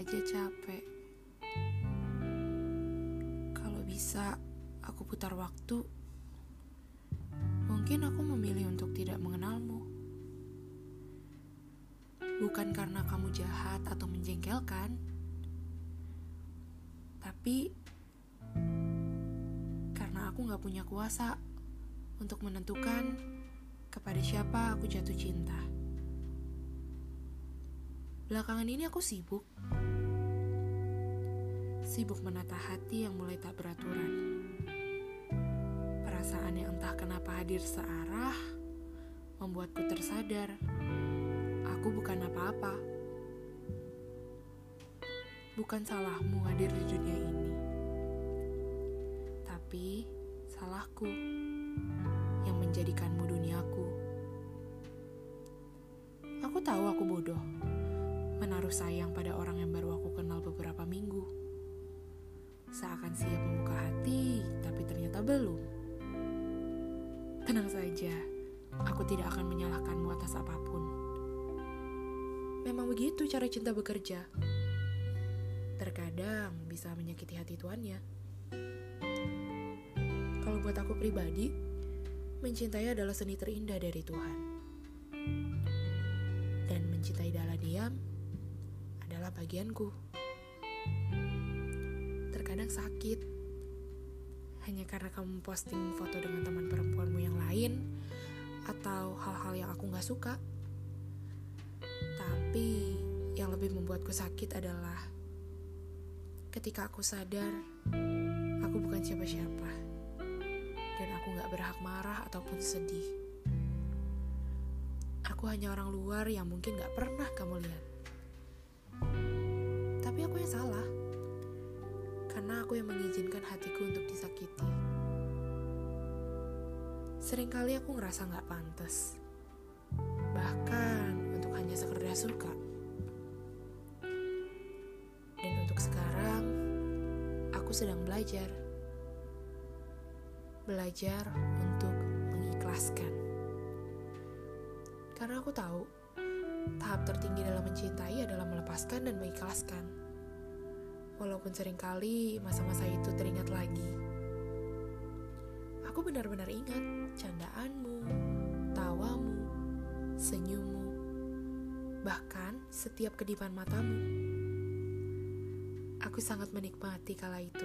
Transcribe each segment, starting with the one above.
aja capek. Kalau bisa, aku putar waktu. Mungkin aku memilih untuk tidak mengenalmu. Bukan karena kamu jahat atau menjengkelkan, tapi karena aku gak punya kuasa untuk menentukan kepada siapa aku jatuh cinta. Belakangan ini aku sibuk menata hati yang mulai tak beraturan. Perasaan yang entah kenapa hadir searah membuatku tersadar aku bukan apa-apa. Bukan salahmu hadir di dunia ini, tapi salahku yang menjadikanmu duniaku. Aku tahu aku bodoh menaruh sayang pada orang yang baru aku kenal beberapa minggu. Seakan siap membuka hati, tapi ternyata belum. Tenang saja, aku tidak akan menyalahkanmu atas apapun. Memang begitu cara cinta bekerja. Terkadang bisa menyakiti hati tuannya. Kalau buat aku pribadi, mencintai adalah seni terindah dari Tuhan. Dan mencintai dalam diam adalah bagianku. Terkadang sakit hanya karena kamu posting foto dengan teman perempuanmu yang lain atau hal-hal yang aku gak suka. Tapi yang lebih membuatku sakit adalah ketika aku sadar aku bukan siapa-siapa dan aku gak berhak marah ataupun sedih. Aku hanya orang luar yang mungkin gak pernah kamu lihat. Tapi aku yang salah, karena aku yang mengizinkan hatiku untuk disakiti. Seringkali aku ngerasa gak pantas, bahkan untuk hanya sekedar suka. Dan untuk sekarang, aku sedang belajar untuk mengikhlaskan. Karena aku tahu, tahap tertinggi dalam mencintai adalah melepaskan dan mengikhlaskan. Walaupun seringkali masa-masa itu teringat lagi. Aku benar-benar ingat candaanmu, tawamu, senyummu, bahkan setiap kedipan matamu. Aku sangat menikmati kala itu.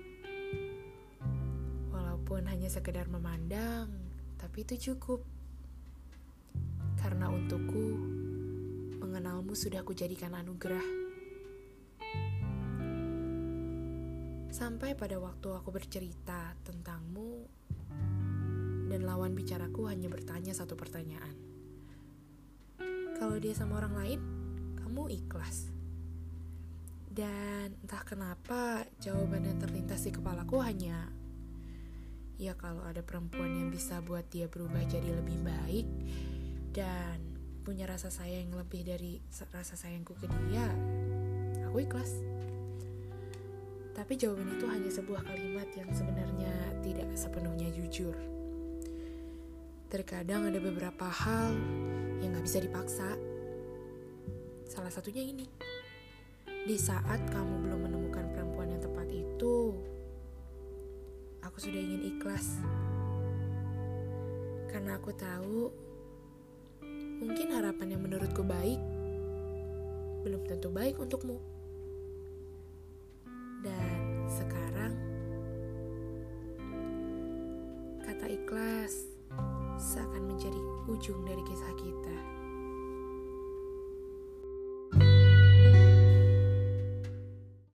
Walaupun hanya sekedar memandang, tapi itu cukup. Karena untukku, mengenalmu sudah kujadikan anugerah. Sampai pada waktu aku bercerita tentangmu, dan lawan bicaraku hanya bertanya satu pertanyaan. Kalau dia sama orang lain, kamu ikhlas? Dan entah kenapa jawaban yang terlintas di kepalaku hanya, ya kalau ada perempuan yang bisa buat dia berubah jadi lebih baik dan punya rasa sayang lebih dari rasa sayangku ke dia, aku ikhlas. Tapi jawaban itu hanya sebuah kalimat yang sebenarnya tidak sepenuhnya jujur. Terkadang ada beberapa hal yang gak bisa dipaksa. Salah satunya ini. Di saat kamu belum menemukan perempuan yang tepat itu, aku sudah ingin ikhlas. Karena aku tahu, mungkin harapan yang menurutku baik, belum tentu baik untukmu. Dan sekarang, kata ikhlas seakan menjadi ujung dari kisah kita.